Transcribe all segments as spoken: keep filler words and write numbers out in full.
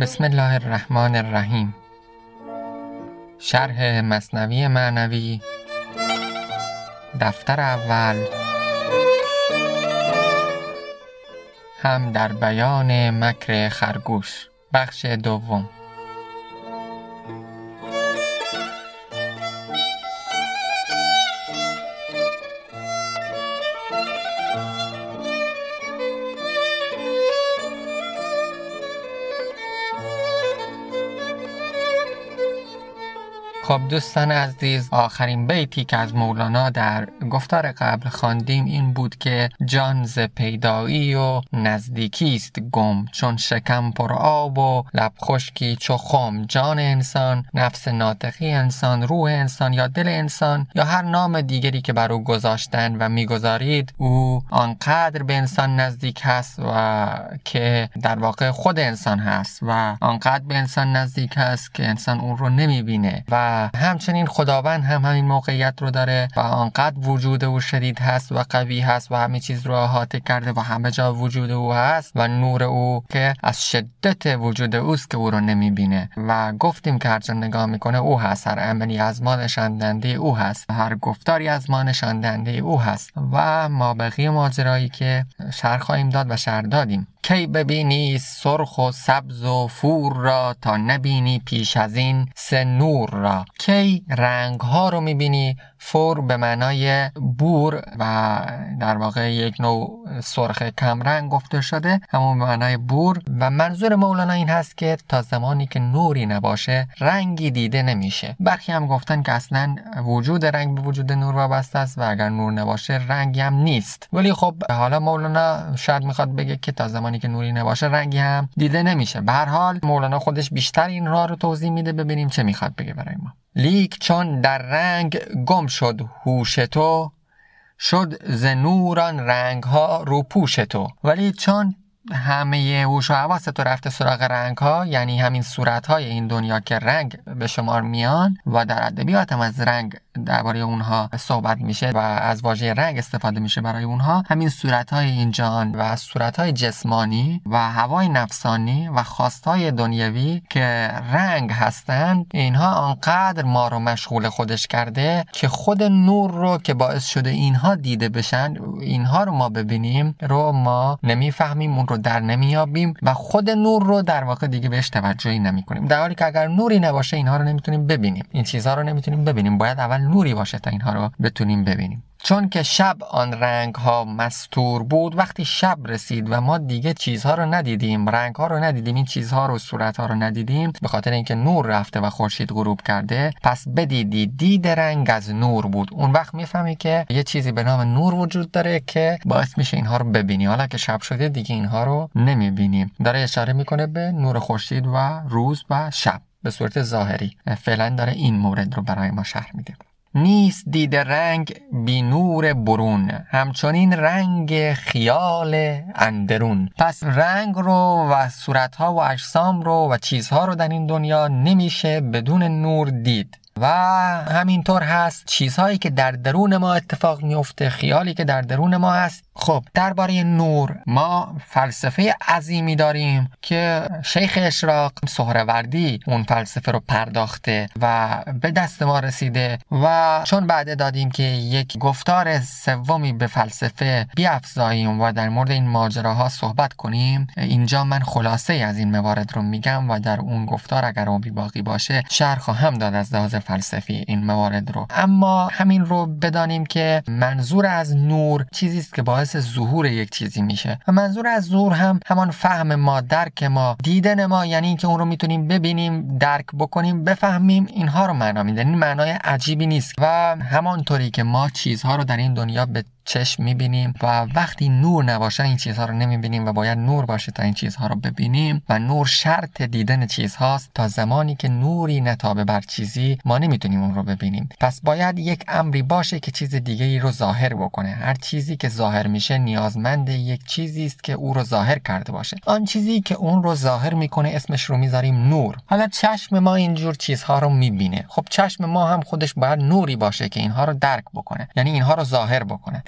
بسم الله الرحمن الرحیم. شرح مثنوی معنوی، دفتر اول، هم در بیان مکر خرگوش، بخش دوم. خب دوستان عزیز، آخرین بیتی که از مولانا در گفتار قبل خواندیم این بود که جان ز پیدایی و نزدیکی است گم، چون شکم پر آب و لب خشکی چو خم. جان انسان، نفس ناطقی انسان، روح انسان یا دل انسان یا هر نام دیگری که بر او گذاشتن و میگذارید، او آنقدر به انسان نزدیک هست و که در واقع خود انسان هست و آنقدر به انسان نزدیک هست که انسان اون رو نمیبینه و همچنین خداوند هم همین موقعیت رو داره و آنقدر وجود او شدید هست و قوی هست و همه چیز رو احاطه کرده و همه جا وجود او هست و نور او که از شدت وجود اوست که او رو نمیبینه و گفتیم که هر جا نگاه میکنه او هست، هر عملی از ما نشان دهنده او هست، هر گفتاری از ما نشان دهنده او هست و ما بقیه ماجرایی که شرح خواهیم داد و شرح دادیم. کی ببینی سرخ و سبز و فور را، تا نبینی پیش از این سه نور را. کی رنگ ها رو میبینی، فور به معنای بور و در واقع یک نوع سرخ کمرنگ گفته شده، همون به معنای بور و منظور مولانا این هست که تا زمانی که نوری نباشه رنگی دیده نمیشه. برخی هم گفتن که اصلا وجود رنگ به وجود نور وابسته است و اگر نور نباشه رنگی هم نیست، ولی خب حالا مولانا شاید میخواد بگه که تا زمانی که نوری نباشه رنگی هم دیده نمیشه. به هر حال مولانا خودش بیشتر این راه رو توضیح میده، ببینیم چه میخواد بگه برای ما. لیک چون در رنگ گم شد هوش تو، شد ز نوران رنگ ها رو پوش تو. ولی چون همه هوش و حواس تو رفته سراغ رنگ ها، یعنی همین صورت های این دنیا که رنگ به شمار میان و در ادبیات هم از رنگ درباره اونها صحبت میشه و از واژه رنگ استفاده میشه برای اونها، همین صورت های این جهان و صورت های جسمانی و هوای نفسانی و خواست های دنیوی که رنگ هستند، اینها آنقدر ما رو مشغول خودش کرده که خود نور رو که باعث شده اینها دیده بشن، اینها رو ما ببینیم رو ما نمیفهمیم، اون رو در نمیابیم و خود نور رو در واقع دیگه بهش توجهی نمیکنیم، در حالی که اگر نوری نباشه اینها رو نمیتونیم ببینیم، این چیزها رو نمیتونیم ببینیم، باید اول نوری باشه تا اینها رو بتونیم ببینیم. چون که شب آن رنگ ها مستور بود، وقتی شب رسید و ما دیگه چیزها رو ندیدیم، رنگ ها رو ندیدیم، این چیزها رو، صورت ها رو ندیدیم، به خاطر اینکه نور رفته و خورشید غروب کرده، پس بدیدی دید رنگ از نور بود. اون وقت میفهمی که یه چیزی به نام نور وجود داره که باعث میشه اینها رو ببینی، حالا که شب شده دیگه اینها رو نمیبینیم. داره اشاره میکنه به نور خورشید و روز و شب به صورت ظاهری. فعلا داره این مورد رو برای ما شرح میده. نیست دید رنگ بی نور برون، همچنین رنگ خیال اندرون. پس رنگ رو و صورتها و اجسام رو و چیزها رو در این دنیا نمیشه بدون نور دید و همینطور هست چیزهایی که در درون ما اتفاق میفته، خیالی که در درون ما هست. خب درباره نور ما فلسفه عظیمی داریم که شیخ اشراق سهروردی اون فلسفه رو پرداخته و به دست ما رسیده و چون بعد دادیم که یک گفتار سومی به فلسفه بیافزاییم و در مورد این ماجراها صحبت کنیم، اینجا من خلاصه از این موارد رو میگم و در اون گفتار اگر اون بی باقی باشه شرح خواهم داد از لحاظ فلسفی این موارد رو. اما همین رو بدانیم که منظور از نور چیزی است که باعث ظهور یک چیزی میشه و منظور از ظهور هم همان فهم ما، درک ما، دیدن ما، یعنی اینکه اون رو میتونیم ببینیم، درک بکنیم، بفهمیم، اینها رو معنا میده. این معنای عجیبی نیست و همانطوری که ما چیزها رو در این دنیا به چشم میبینیم و وقتی نور نباشه این چیزها رو نمیبینیم و باید نور باشه تا این چیزها رو ببینیم و نور شرط دیدن چیزهاست. تا زمانی که نوری نتابه بر چیزی ما نمیتونیم اون رو ببینیم. پس باید یک امری باشه که چیز دیگه‌ای رو ظاهر بکنه. هر چیزی که ظاهر میشه نیازمند یک چیزی است که او رو ظاهر کرده باشه. آن چیزی که اون رو ظاهر میکنه اسمش رو میذاریم نور. حالا چشم ما اینجور چیزها رو میبینه. خب چشم ما هم خودش باید نوری باشه که اینها رو درک بکنه، یعنی اینها رو ظاهر بکنه.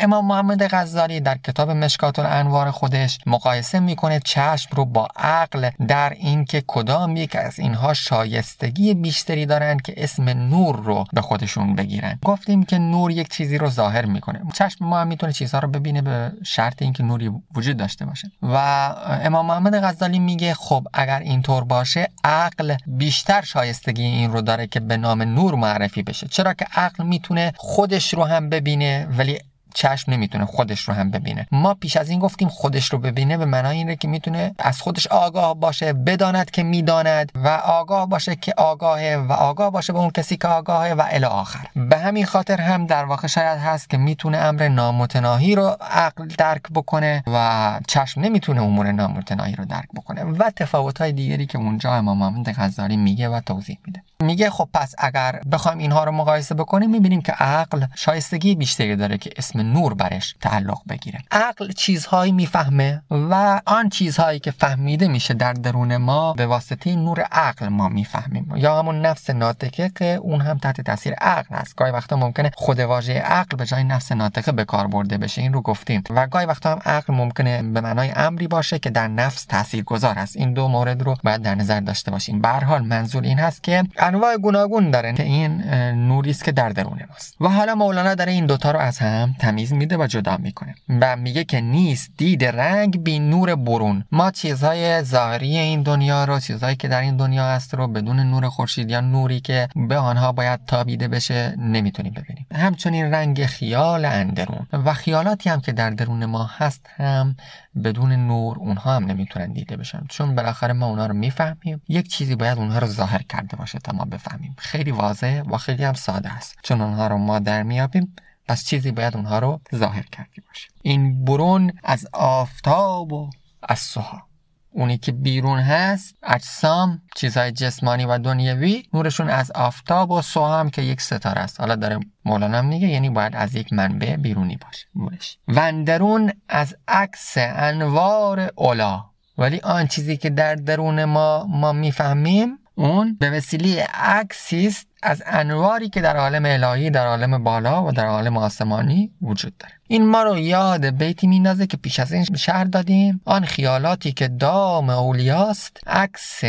امام محمد غزالی در کتاب مشکات الانوار خودش مقایسه میکنه چشم رو با عقل در اینکه کدام یک از اینها شایستگی بیشتری دارن که اسم نور رو به خودشون بگیرن. گفتیم که نور یک چیزی رو ظاهر میکنه. چشم ما هم میتونه چیزها رو ببینه به شرط اینکه نوری وجود داشته باشه. و امام محمد غزالی میگه خب اگر اینطور باشه عقل بیشتر شایستگی این رو داره که به نام نور معرفی بشه. چرا که عقل میتونه خودش رو هم ببینه ولی چشم نمیتونه خودش رو هم ببینه. ما پیش از این گفتیم خودش رو ببینه به معنای اینه که میتونه از خودش آگاه باشه، بداند که میداند و آگاه باشه که آگاهه و آگاه باشه به اون کسی که آگاهه و الی آخر. به همین خاطر هم در واقع شاید هست که میتونه امر نامتناهی رو عقل درک بکنه و چشم نمیتونه امور نامتناهی رو درک بکنه و تفاوت‌های دیگری که اونجا امام محمد غزالی میگه و توضیح میده. میگه خب پس اگر بخوایم اینها رو مقایسه بکنیم میبینیم که عقل شایستگی بیشتری داره که اسم نور برش تعلق بگیره. عقل چیزهایی میفهمه و آن چیزهایی که فهمیده میشه در درون ما به واسطه نور عقل ما میفهمیم، یا همون نفس ناطقه که اون هم تحت تاثیر عقل هست. گاهی وقتا ممکنه خود واژه عقل به جای نفس ناطقه به کار برده بشه، این رو گفتیم، و گاهی وقتا هم عقل ممکنه به معنای امری باشه که در نفس تاثیرگذار هست. این دو مورد رو باید در نظر داشته باشیم. به هر حال منظور این هست که انواع گوناگون داره که این نوری است که در درون ماست. و حالا مولانا داره این دوتا رو از هم تمیز میده و جدا میکنه و میگه که نیست دید رنگ بی نور برون. ما چیزهای ظاهری این دنیا رو، چیزهایی که در این دنیا هست رو بدون نور خورشید یا نوری که به آنها باید تابیده بشه نمیتونیم ببینیم. همچنین رنگ خیال اندرون و خیالاتی هم که در درون ما هست هم بدون نور اونها هم نمیتونن دیده بشن، چون بالاخره ما اونها رو میفهمیم. یک چیزی باید اونها رو ظاهر کرده باشه تا ما بفهمیم. خیلی واضحه و خیلی هم ساده است، چون اونها رو ما در میابیم، پس چیزی باید اونها رو ظاهر کرده باشه. این برون از آفتاب و از سها، اونی که بیرون هست اجسام، چیزهای جسمانی و دنیوی، نورشون از آفتاب و سها هم که یک ستاره است. حالا داره مولانا میگه یعنی باید از یک منبع بیرونی باشه نورش. و اندرون از عکس انوار علا، ولی آن چیزی که در درون ما ما میفهمیم اون به وسیله عکسی است از انواری که در عالم الهی، در عالم بالا و در عالم آسمانی وجود داره. این ما رو یاد بیتی میندازه که پیش از این شرح دادیم. آن خیالاتی که دام اولیاست، عکس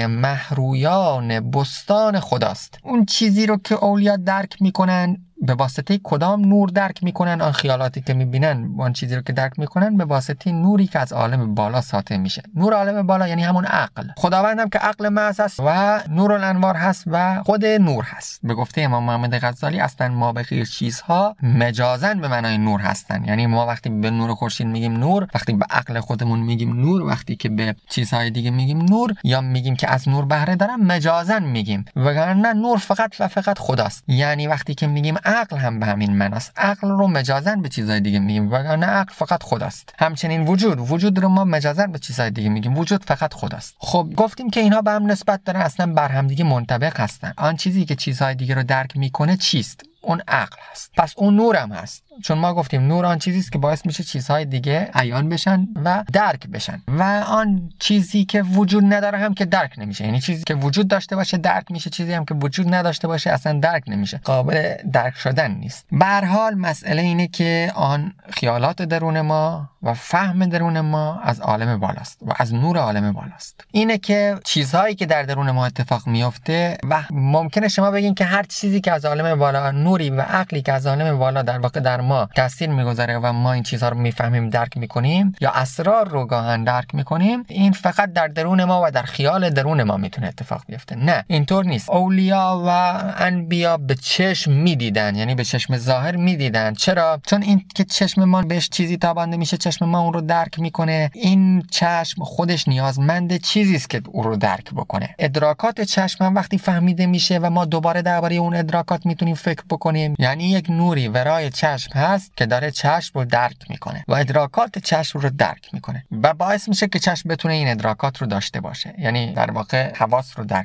محرویان بستان خداست. اون چیزی رو که اولیا درک میکنن به واسطه کدام نور درک میکنن؟ آن خیالاتی که میبینن، آن چیزی رو که درک میکنن به واسطه نوری که از عالم بالا ساطع میشه. نور عالم بالا یعنی همون عقل. خداوند هم که عقل محض است و نور الانوار هست و خود نور هست. به گفته امام محمد غزالی اصلا ما بقیه چیزها مجازاً به معنای نور هستن. یعنی ما وقتی به نور خورشید میگیم نور، وقتی به عقل خودمون میگیم نور، وقتی که به چیزهای دیگه میگیم نور یا میگیم که از نور بهره دارم، مجازاً میگیم، وگرنه نور فقط و فقط خداست. یعنی وقتی که میگیم عقل هم به همین معناست. عقل رو مجازاً به چیزهای دیگه میگیم، وگرنه عقل فقط خداست. همچنین وجود، وجود رو ما مجازاً به چیزهای دیگه میگیم، وجود فقط خداست. خب گفتیم که اینها به هم نسبت دارن، اصلا بر هم دیگه منطبق هستن. آن چیزی که چیزهای دیگه رو درک میکنه چیست؟ اون عقل هست. پس اون نور هم هست، چون ما گفتیم نور آن چیزی است که باعث میشه چیزهای دیگه عیان بشن و درک بشن، و آن چیزی که وجود نداره هم که درک نمیشه. یعنی چیزی که وجود داشته باشه درک میشه، چیزی هم که وجود نداشته باشه اصلا درک نمیشه، قابل درک شدن نیست. به هر حال مسئله اینه که آن خیالات درون ما و فهم درون ما از عالم بالاست و از نور عالم بالاست. اینه که چیزهایی که در درون ما اتفاق میفته و ممکنه شما بگین که هر چیزی که از عالم بالا، نوری و عقلی که از عالم بالا در واقع در ما تاثیر میگذاره و ما این چیزها رو میفهمیم، درک میکنیم، یا اسرار رو گاهن درک میکنیم، این فقط در درون ما و در خیال درون ما میتونه اتفاق بیفته. نه، اینطور نیست. اولیا و انبیا به چشم میدیدن، یعنی به چشم ظاهر میدیدن. چرا؟ چون این که چشم ما بهش چیزی تابانده میشه، چشم ما اون رو درک میکنه. این چشم خودش نیازمند چیزی است که اون رو درک بکنه. ادراکات چشم هم وقتی فهمیده میشه و ما دوباره درباره اون ادراکات میتونیم فکر بکنیم، یعنی یک نوری ورای چشم هست که داره چشم رو درک میکنه و ادراکات چشم رو درک میکنه و باعث میشه که چشم بتونه این ادراکات رو داشته باشه، یعنی در واقع حواس رو درک بکنه.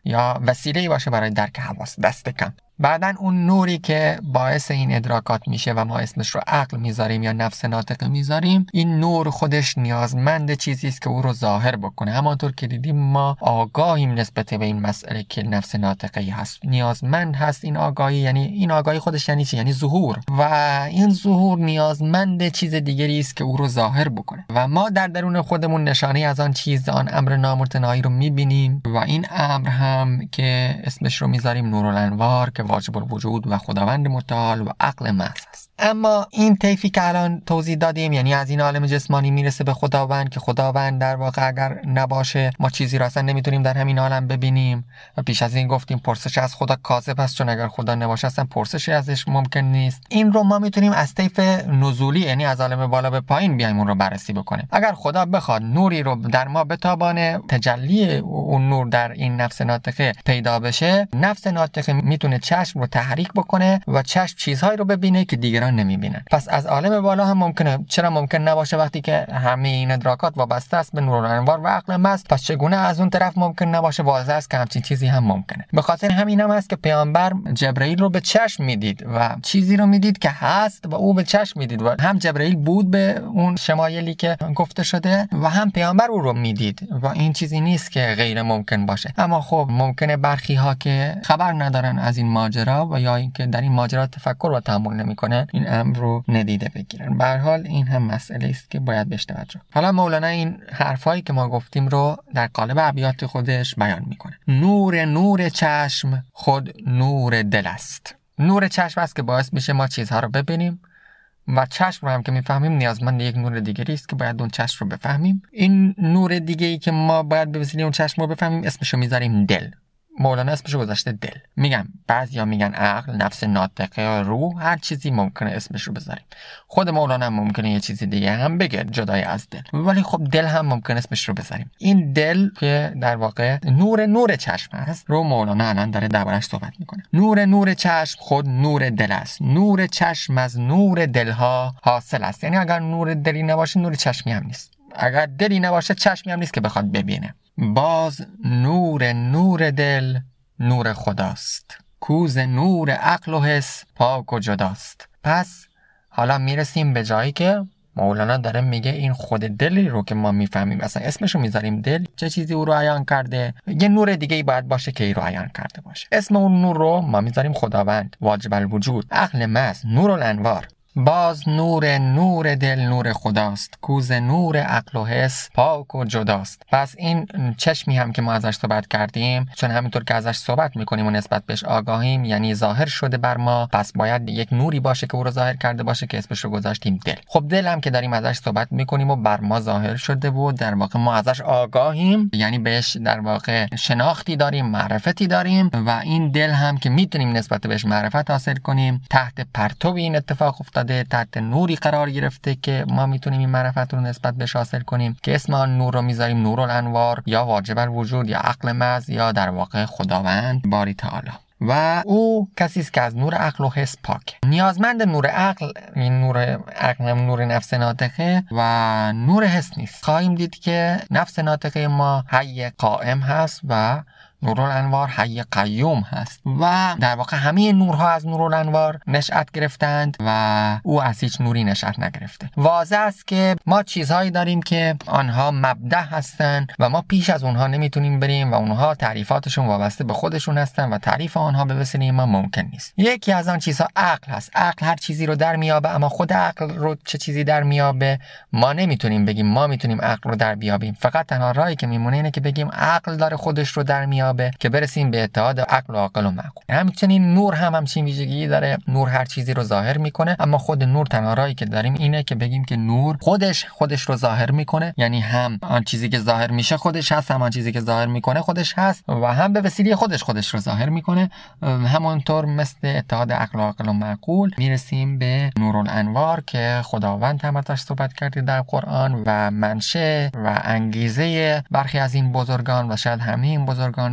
یا وسیله‌ای باشه برای درک حواس، دست کم. بعدن اون نوری که باعث این ادراکات میشه و ما اسمش رو عقل میذاریم یا نفس ناطقه میذاریم، این نور خودش نیازمند چیزی است که او رو ظاهر بکنه. همانطور که دیدیم ما آگاهیم نسبت به این مسئله که نفس ناطقه هست، نیازمند هست این آگاهی. یعنی این آگاهی خودش یعنی چی؟ یعنی ظهور، و این ظهور نیازمند چیز دیگری است که او رو ظاهر بکنه. و ما در درون خودمون نشانه از آن چیز، آن امر نامتناهی رو میبینیم و این امر هم که اسمش رو میذاریم نورالانوار که واجب الوجود و خداوند متعال و عقل محض است. اما این طیفی که الان توضیح دادیم، یعنی از این عالم جسمانی میرسه به خداوند که خداوند در واقع اگر نباشه ما چیزی را اصلا نمیتونیم در همین عالم ببینیم. و پیش از این گفتیم پرسش از خدا کاذب است، چون اگر خدا نباشه اصلا پرسشی ازش ممکن نیست. این رو ما میتونیم از طیف نزولی، یعنی از عالم بالا به پایین بیایم اون رو بررسی بکنیم. اگر خدا بخواد نوری رو در ما بتابانه، تجلی اون نور در این نفس ناطقه پیدا بشه، نفس ناطقه میتونه چشم رو تحریک بکنه و چشم چیزهایی رو ببینه که دیگران نمیبینن. پس از عالم بالا هم ممکنه. چرا ممکن نباشه وقتی که همه این ادراکات وابسته است به نورالانوار و عقل محض؟ پس چگونه از اون طرف ممکن نباشه؟ واضح است که همچین چیزی هم ممکنه. به خاطر همین هم است که پیامبر جبرئیل رو به چشم میدید و چیزی رو میدید که هست و او به چشم میدید، و هم جبرئیل بود به اون شمایلی که گفته شده و هم پیامبر او رو میدید و این چیزی نیست که غیر ممکن باشه. اما خب ممکنه برخی ها که خبر ندارن از این ماجرا و یا اینکه در این ماجرا تفکر و تأمل نمیکنن این امر رو ندیده بگیرن. به هر حال این هم مسئله است که باید بهش توجه. حالا مولانا این حرفایی که ما گفتیم رو در قالب ابیات خودش بیان میکنه. نور نور چشم خود نور دل است. نور چشم است که باعث میشه ما چیزها رو ببینیم و چشم رو هم که میفهمیم نیازمند یک نور دیگری است که باید اون چشم رو بفهمیم. این نور دیگه‌ای که ما باید به وسیله اون چشم رو بفهمیم اسمش رو میذاریم دل. مولانا اسمشو گذاشته دل. میگم بعضیا میگن عقل، نفس ناطقه، روح، هر چیزی ممکنه اسمشو بذاریم. خود مولانا ممکنه یه چیزی دیگه هم بگه جدای از دل، ولی خب دل هم ممکنه اسمش رو بذاریم. این دل که در واقع نور نور چشم است رو مولانا الان داره دربارش صحبت میکنه. نور نور چشم خود نور دل است. نور چشم از نور دلها حاصل است. یعنی اگر نور دلی نباشه نور چشمی هم نیست. اگر دلی نباشه چشمی هم نیست که بخواد ببینه. باز نور نور دل نور خداست، کوز نور عقل و حس پاک و جداست. پس حالا میرسیم به جایی که مولانا داره میگه این خود دلی رو که ما میفهمیم، اصلا اسمشو میذاریم دل، چه چیزی او رو عیان کرده؟ یه نور دیگه ای باید باشه که ای رو عیان کرده باشه. اسم اون نور رو ما میذاریم خداوند، واجب الوجود، عقل محض، نورالانوار. باز نور نور دل نور خداست، کوز نور عقل و حس پاک و جداست. پس این چشمی هم که ما ازش صحبت کردیم، چون همینطور که ازش صحبت میکنیم و نسبت بهش آگاهیم، یعنی ظاهر شده بر ما، پس باید یک نوری باشه که او رو ظاهر کرده باشه که اسمش رو گذاشتیم دل. خب دل هم که داریم ازش صحبت میکنیم و بر ما ظاهر شده و در واقع ما ازش آگاهیم، یعنی بهش در واقع شناختی داریم، معرفتی داریم، و این دل هم که میتونیم نسبت بهش معرفت حاصل کنیم، تحت پرتو این اتفاق افتاده، تحت نوری قرار گرفته که ما میتونیم این معرفت رو نسبت بهش حاصل کنیم که اسم آن نور رو میذاریم نورالانوار یا واجب الوجود یا عقل محض یا در واقع خداوند باری تعالی. و او کسی است که از نور عقل و حس پاک. نیازمند نور عقل، این نور عقل هم نور نفس ناطقه و نور حس نیست. خواهیم دید که نفس ناطقه ما حی قائم هست و نورالانوار حی قیوم هست و در واقع همه نورها از نورالانوار نشأت گرفتند و او از هیچ نوری نشأت نگرفته. واضح است که ما چیزهایی داریم که آنها مبدأ هستند و ما پیش از اونها نمیتونیم بریم و اونها تعریفاتشون وابسته به خودشون هستن و تعریف آنها به وسیله ما ممکن نیست. یکی از آن چیزها عقل هست. عقل هر چیزی رو در میابه، اما خود عقل رو چه چیزی در میابه ما نمیتونیم بگیم. ما میتونیم عقل رو در بیابیم. فقط تنها راهی که میمونه اینه که بگیم عقل داره خودش رو در میابه که برسیم به اتحاد عقل و عاقل و معقول. همچنین نور هم همچین ویژگی داره. نور هر چیزی رو ظاهر میکنه، اما خود نور تنها راهی که داریم اینه که بگیم که نور خودش خودش رو ظاهر میکنه، یعنی هم آن چیزی که ظاهر میشه خودش هست، هم آن چیزی که ظاهر میکنه خودش هست و هم به وسیله خودش خودش رو ظاهر میکنه. همونطور مثل اتحاد عقل و عاقل و معقول میرسیم به نورالانوار که خداوند هم ازش صحبت کرده در قرآن و منشأ و انگیزه برخی از این بزرگان و شاید همه این بزرگان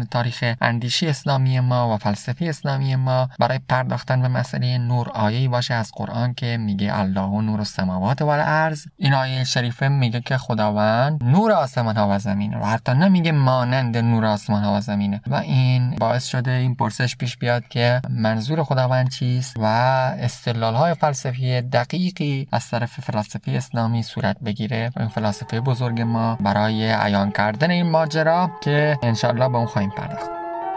تاریخ اندیشی اسلامی ما و فلسفه اسلامی ما برای پرداختن به مسئله نور آیه‌ای باشه از قرآن که میگه الله نور السماوات و الارض. این آیه شریفه میگه که خداوند نور آسمان ها و زمینه و حتی نمیگه مانند نور آسمان ها و زمینه و این باعث شده این پرسش پیش بیاد که منظور خداوند چیست و استدلال های فلسفی دقیقی از طرف فلسفه اسلامی صورت بگیره و این فلسفه بزرگ ما برای عیان کردن این ماجرا که انشاءالله به اون خواهیم پرداخت.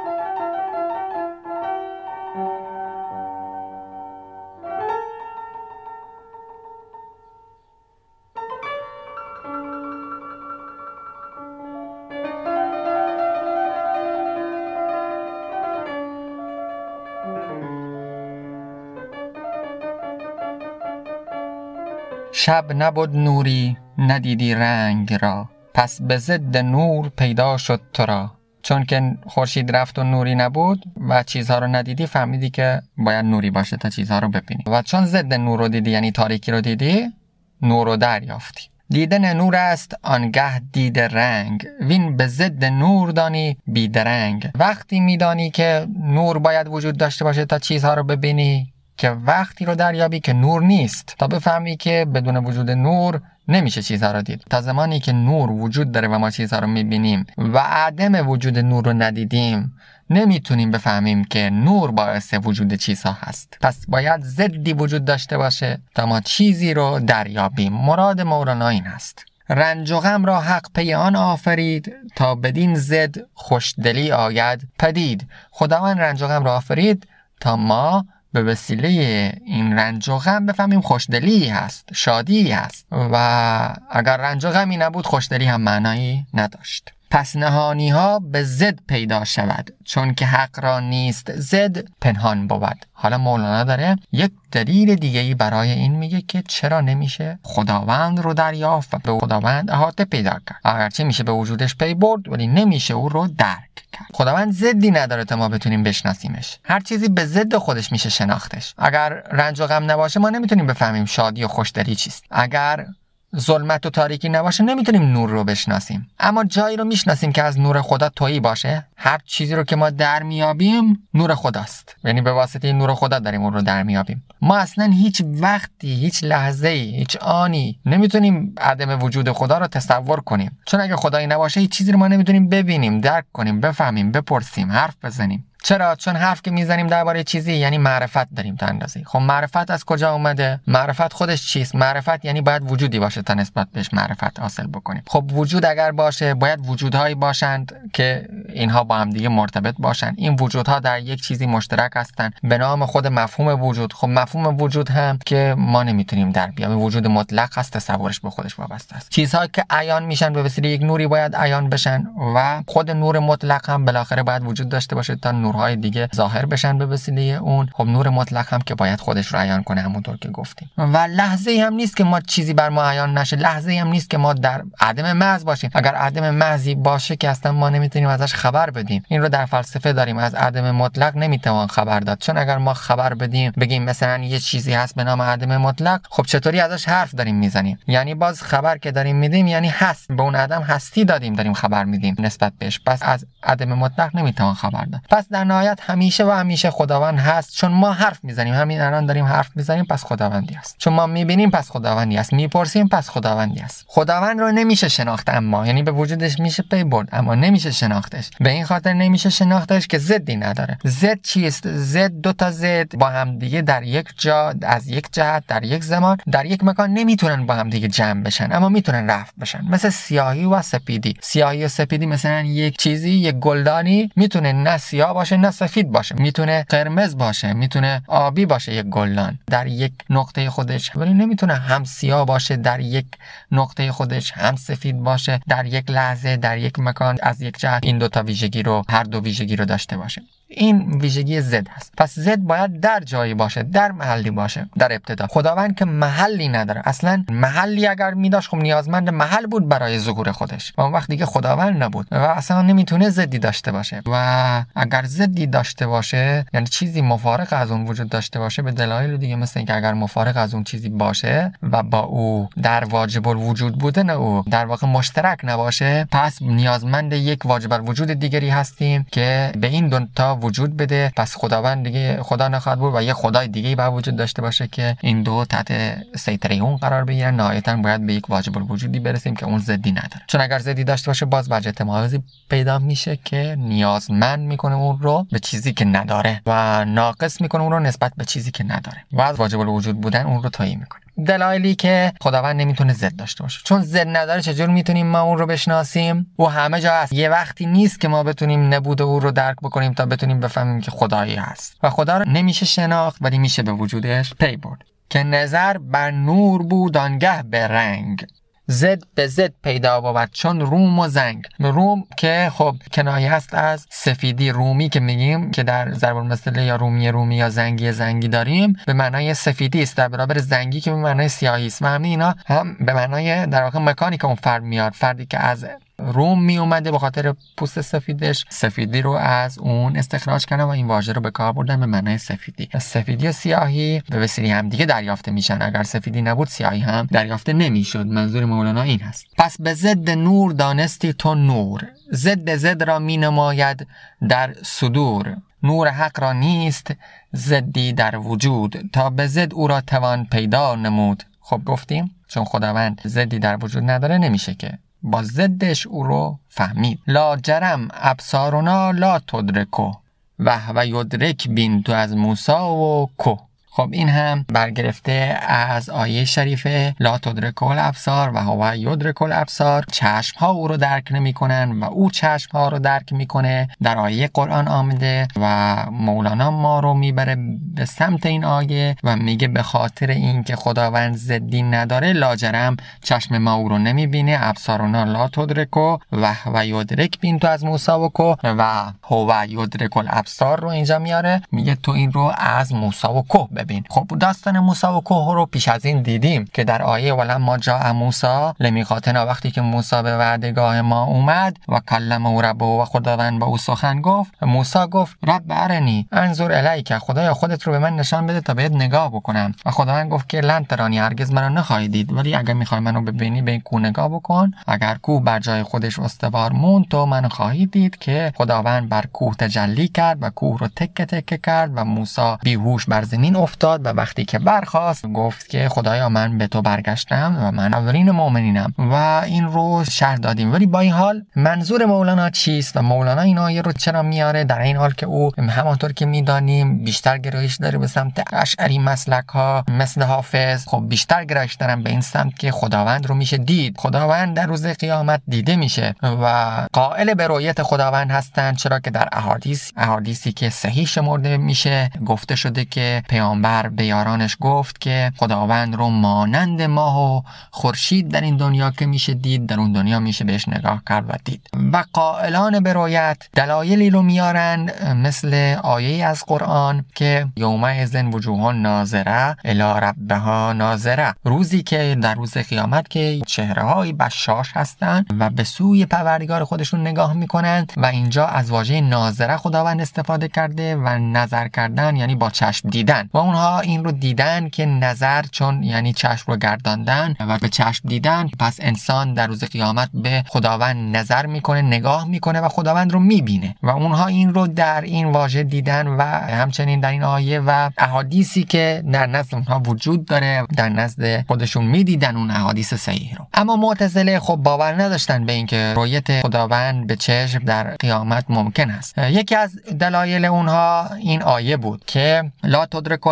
شب نبود نوری ندیدی رنگ را، پس به ضد نور پیدا شد تو را. چون که خورشید رفت و نوری نبود و چیزها رو ندیدی، فهمیدی که باید نوری باشه تا چیزها رو ببینی و چون ضد نور رو دیدی یعنی تاریکی رو دیدی، نور رو دریافتی. دیدن نور است آنگه دید رنگ، وین به ضد نور دانی بیدرنگ. وقتی میدانی که نور باید وجود داشته باشه تا چیزها رو ببینی، که وقتی رو دریابی که نور نیست تا بفهمی که بدون وجود نور نمیشه چیزها رو دید. تا زمانی که نور وجود داره و ما چیزها رو میبینیم و عدم وجود نور رو ندیدیم، نمیتونیم بفهمیم که نور باعث وجود چیزها هست. پس باید ضدی وجود داشته باشه تا ما چیزی رو دریابیم. مراد مولانا این هست: رنج و غم را حق پی آن آفرید، تا بدین ضد خوشدلی آید پدید. خداوند رنج و غم را آفرید تا ما به وسیله این رنج و غم بفهمیم خوشدلی هست، شادی هست و اگر رنج و غمی نبود خوشدلی هم معنایی نداشت. پس نهانی ها به ضد پیدا شود، چون که حق را نیست ضد پنهان بود. حالا مولانا داره یک دلیل دیگه‌ای برای این میگه که چرا نمیشه خداوند رو دریافت و به خداوند احاطه پیدا کرد. اگرچه میشه به وجودش پی برد ولی نمیشه او رو درک کرد. خداوند ضدی نداره تا ما بتونیم بشناسیمش. هر چیزی به ضد خودش میشه شناختش. اگر رنج و غم نباشه ما نمیتونیم بفهمیم شادی و خوشدلی چیست. اگر ظلمت و تاریکی نباشه نمیتونیم نور رو بشناسیم. اما جایی رو میشناسیم که از نور خدا تویی باشه. هر چیزی رو که ما در میابیم نور خداست، یعنی به واسطه نور خدا داریم اون رو در میابیم. ما اصلا هیچ وقتی، هیچ لحظه‌ای، هیچ آنی نمیتونیم عدم وجود خدا رو تصور کنیم، چون اگه خدایی نباشه هیچ چیزی رو ما نمیتونیم ببینیم، درک کنیم، بفهمیم، بپرسیم، حرف بزنیم. چرا؟ چون حرف که میزنیم درباره چیزی یعنی معرفت داریم تا اندازه‌ای. خب معرفت از کجا اومده؟ معرفت خودش چیست؟ معرفت یعنی باید وجودی باشه تا نسبت بهش معرفت حاصل بکنیم. خب وجود اگر باشه باید وجودهایی باشند که اینها با هم دیگه مرتبط باشند. این وجودها در یک چیزی مشترک هستند به نام خود مفهوم وجود. خب مفهوم وجود هم که ما نمیتونیم در بیابیم، وجود مطلق هست، تصورش به خودش وابسته است. چیزهایی که عیان میشن به وسیله یک نوری باید عیان بشن و خود نور مطلق هم بالاخره باید وجود داشته باشه تا نورهای دیگه ظاهر بشن به وسیله اون. خب نور مطلق هم که باید خودش رو عیان کنه همونطور که گفتیم. و لحظه ای هم نیست که ما چیزی بر ما عیان نشه، لحظه ای هم نیست که ما در عدم محض باشیم. اگر عدم محضی باشه که اصلا ما نمیتونیم ازش خبر بدیم. این رو در فلسفه داریم، از عدم مطلق نمیتوان خبر داد، چون اگر ما خبر بدیم بگیم مثلا یه چیزی هست به نام عدم مطلق، خب چطوری ازش حرف داریم میزنیم؟ یعنی باز خبر که داریم میدیم یعنی هست، به اون عدم هستی دادیم، داریم خبر میدیم نسبت بهش. پس از عدم مطلق نمیتوان خبر داد. پس در نهایت همیشه و همیشه خداوند هست، چون ما حرف میزنیم، همین الان داریم حرف میزنیم، پس خداوندی است. چون ما میبینیم پس خداوندی است، میپرسیم پس خداوندی است. خداوند رو نمیشه شناخت، اما یعنی به وجودش میشه پی برد اما نمیشه شناختش. به این خاطر نمیشه شناختش که ضدی نداره. ضد چیست؟ ضد دو تا ضد با هم دیگه در یک جا، از یک جهت، در یک زمان، در یک مکان نمیتونن با هم دیگه جمع بشن، اما میتونن رفع بشن. مثل سیاهی و سپیدی. سیاهی و سپیدی مثلا یک چیزی، یک گلدانی میتونه نه سیاه باشه نه سفید باشه، میتونه قرمز باشه، میتونه آبی باشه. یک گلدان در یک نقطه خودش، ولی نمیتونه هم سیاه باشه در یک نقطه خودش، هم سفید باشه در یک لحظه، در یک مکان، از یک جهت این دو تا ویژگی رو، هر دو ویژگی رو داشته باشه. این ویژگی ضد هست. پس ضد باید در جایی باشه، در محلی باشه. در ابتدا خداوند که محلی نداره، اصلا محلی اگر میداشت خب نیازمند محل بود برای ظهور خودش و اون وقت دیگه خداوند نبود و اصلا نمیتونه ضدی داشته باشه. و اگر ضدی داشته باشه یعنی چیزی مفارق از اون وجود داشته باشه به دلایل دیگه، مثل اینکه اگر مفارق از اون چیزی باشه و با او در واجب الوجود بودن او در واقع مشترک نباشه، پس نیازمند یک واجب الوجود دیگری هستیم که به این دو تا وجود بده. پس خداوند دیگه خدا نخواهد بود و یه خدای دیگه با وجود داشته باشه که این دو تحت سیطره اون قرار بگیرن. نهایتاً باید به یک واجب الوجودی برسیم که اون ضدی نداره، چون اگر ضدی داشته باشه باز وجه تمایزی پیدا میشه که نیازمند میکنه اون رو به چیزی که نداره و ناقص میکنه اون رو نسبت به چیزی که نداره و از واجب الوجود بودن اون رو تایید میکنه. دلایلی که خداوند نمیتونه ضد داشته باشه، چون ضد نداره چجور میتونیم ما اون رو بشناسیم؟ و همه جا هست. یه وقتی نیست که ما بتونیم نبود او رو درک بکنیم تا بتونیم بفهمیم که خدایی هست و خدا رو نمیشه شناخت ولی میشه به وجودش پی برد. که نظر بر نور بود آنگه به رنگ، زد به زد پیدا بود چون روم و زنگ. روم که خب کنایه است از سفیدی. رومی که میگیم که در ضرب المثل یا رومی رومی یا زنگی زنگی داریم به معنای سفیدی است در برابر زنگی که به معنای سیاهی است و همین اینا هم به معنای در واقع مکانی که اون فرد میاد. فردی که از روم می اومده به خاطر پوست سفیدش سفیدی رو از اون استخراج کردن و این واژه رو به کار بردن به معنای سفیدی. سفیدی و سیاهی به وسیله هم دیگه دریافته میشن. اگر سفیدی نبود سیاهی هم دریافته نمیشد. منظور مولانا این هست. پس به ضد نور دانستی تو نور، ضد ضد را می نماید در صدور. نور حق را نیست ضدی در وجود، تا به ضد او را توان پیدا نمود. خب گفتیم چون خداوند ضدی در وجود نداره نمیشه که با ضدش او رو فهمید. لا جرم ابصارنا لا تدرکو و و یدرک بین تو از موسی و کو. خب این هم برگرفته از آیه شریفه لا تدرک الابصار و هو یدرک الابصار. چشم ها او رو درک نمی کنن و او چشم ها رو درک میکنه. در آیه قرآن آمده و مولانا ما رو میبره به سمت این آیه و میگه به خاطر این که خداوند ضدی نداره لاجرم چشم ما او رو نمیبینه. ابصارنا لا تدرکو و و یدرک بین تو از موسی و کو و هو یدرک الابصار رو اینجا میاره، میگه تو این رو از موسی و کو ببین. خب داستان موسی و کوه رو پیش از این دیدیم که در آیه ولما جاء موسی لمیقاتنا، وقتی که موسی به وعدگاه ما اومد و کلمه ربه و خداوند با او سخن گفت، موسی گفت رب ارنی انظر الیک، خدایا خودت رو به من نشان بده تا بهت نگاه بکنم. و خداوند گفت که لن ترانی، هرگز منو نخواهی دید، ولی اگر میخوای منو ببینی به این کوه نگاه بکن. اگر کوه بر جای خودش استوار موند تو منو خواهی دید. که خداوند بر کوه تجلی کرد و کوه رو تکه تکه کرد و موسی بیهوش بر زمین افتاد و وقتی که برخاست گفت که خدایا من به تو برگشتم و من اولین مؤمنینم و این رو شرح دادیم. ولی با این حال منظور مولانا چیست و مولانا این آیه رو چرا میاره در این حال که او همانطور که میدانیم بیشتر گرایش داره به سمت اشعری مسلک ها مثل حافظ. خب بیشتر گرایش دارن به این سمت که خداوند رو میشه دید، خداوند در روز قیامت دیده میشه و قائل به رؤیت خداوند هستن، چرا که در احادیث احادیثی که صحیح شمرده میشه گفته شده که پیامبر به یارانش گفت که خداوند رو مانند ماه و خورشید در این دنیا که میشه دید در اون دنیا میشه بهش نگاه کرد و دید. و قائلان به رؤیت دلایلی رو میارن مثل آیه از قرآن که یومئذ وجوه ناظره الی ربها ناظره، روزی که در روز قیامت که چهره های بشاش هستن و به سوی پروردگار خودشون نگاه میکنن و اینجا از واژه ناظره خداوند استفاده کرده و نظر کردن یعنی با چشم دیدن و اونها این رو دیدن که نظر چون یعنی چشم رو گرداندن و به چشم دیدن، پس انسان در روز قیامت به خداوند نظر میکنه، نگاه میکنه و خداوند رو میبینه و اونها این رو در این واژه دیدن و همچنین در این آیه و احادیثی که در نزد اونها وجود داره در نزد خودشون میدیدن اون احادیث صحیح رو. اما معتزله خب باور نداشتن به اینکه رؤیت خداوند به چشم در قیامت ممکن است. یکی از دلایل اونها این آیه بود که لا تدرک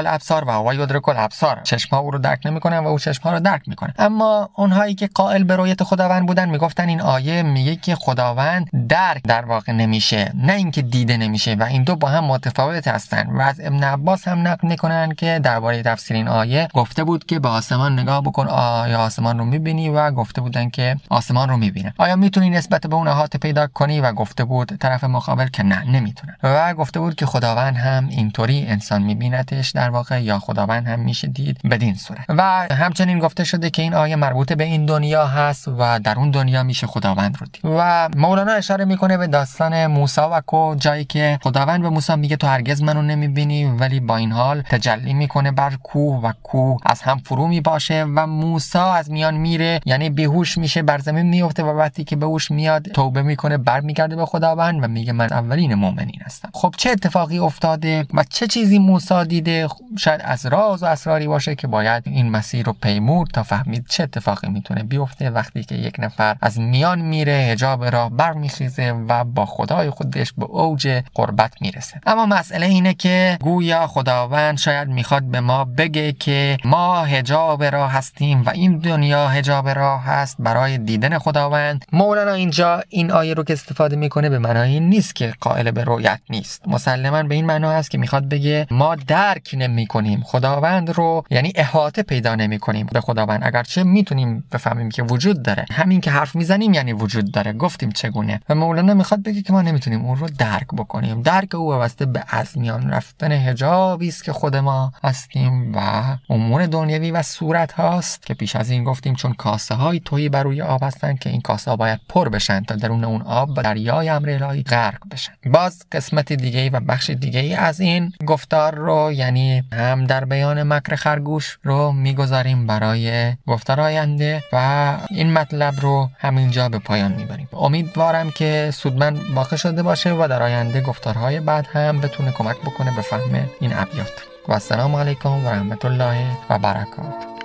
الابصار و هو یدرک الابصار. چشم‌ها او رو درک نمی‌کنن و او چشم‌ها رو درک می‌کنه. اما اونهایی که قائل به رؤیت خداوند بودن میگفتن این آیه میگه که خداوند درک در واقع نمیشه، نه اینکه دیده نمیشه و این دو با هم متفاوت هستن. و از ابن عباس هم نقل میکنن که درباره تفسیر این آیه گفته بود که به آسمان نگاه بکن آیا آسمان رو میبینی و گفته بودن که آسمان رو میبینه. آیا میتونی نسبت به اون احاطه پیدا کنی و گفته بود طرف مقابل که نه نمیتونن. و گفته بود که خداوند هم اینطوری انسان میبینتش در واقع، یا خداوند هم میشه دید بدین صورت. و همچنین گفته شده که این آیه مربوط به این دنیا هست و در اون دنیا میشه خداوند رو دید. و مولانا اشاره میکنه به داستان موسی و کو، جایی که خداوند به موسی میگه تو هرگز منو نمیبینی، ولی با این حال تجلی میکنه بر کوه و کوه از هم فرو میباشه و موسی از میان میره، یعنی بیهوش میشه، بر زمین میفته و وقتی که به هوش میاد توبه میکنه، برمیگرده به خداوند و میگه من اولین مؤمنین هستم. خب چه اتفاقی افتاده و چه چیزی موسی دیده؟ شاید از راز و اسراری باشه که باید این مسیر رو پیمود تا فهمید چه اتفاقی میتونه بیفته وقتی که یک نفر از میان میره، حجاب راه برمیخیزه و با خدای خودش به اوج قربت میرسه. اما مسئله اینه که گویا خداوند شاید میخواد به ما بگه که ما حجاب راه هستیم و این دنیا حجاب راه هست برای دیدن خداوند. مولانا اینجا این آیه رو که استفاده میکنه به معنای این نیست که قائل به رؤیت نیست، مسلماً به این معنا هست که میخواد بگه ما درک نمیکنیم خداوند رو، یعنی احاطه پیدا نمیکنیم به خداوند، اگرچه میتونیم بفهمیم که وجود داره، همین که حرف میزنیم یعنی وجود داره، گفتیم چگونه. و مولانا میخواد بگه که ما نمیتونیم اون رو درک بکنیم. درک او وابسته به از میان رفتن حجابی است که خود ما هستیم و امور دنیوی و صورت هاست که پیش از این گفتیم چون کاسه های تویی بر روی آب هستن که این کاسه ها باید پر بشن تا درون اون آب دریای امر الهی غرق بشن. باز قسمت دیگه و بخش دیگه از این گفتار رو، یعنی هم در بیان مکر خرگوش رو میگذاریم برای گفتار آینده و این مطلب رو همینجا به پایان میبریم. امیدوارم که سودمند واقع شده باشه و در آینده گفتارهای بعد هم بتونه کمک بکنه به فهم این ابیات. و السلام علیکم و رحمت الله و برکاته.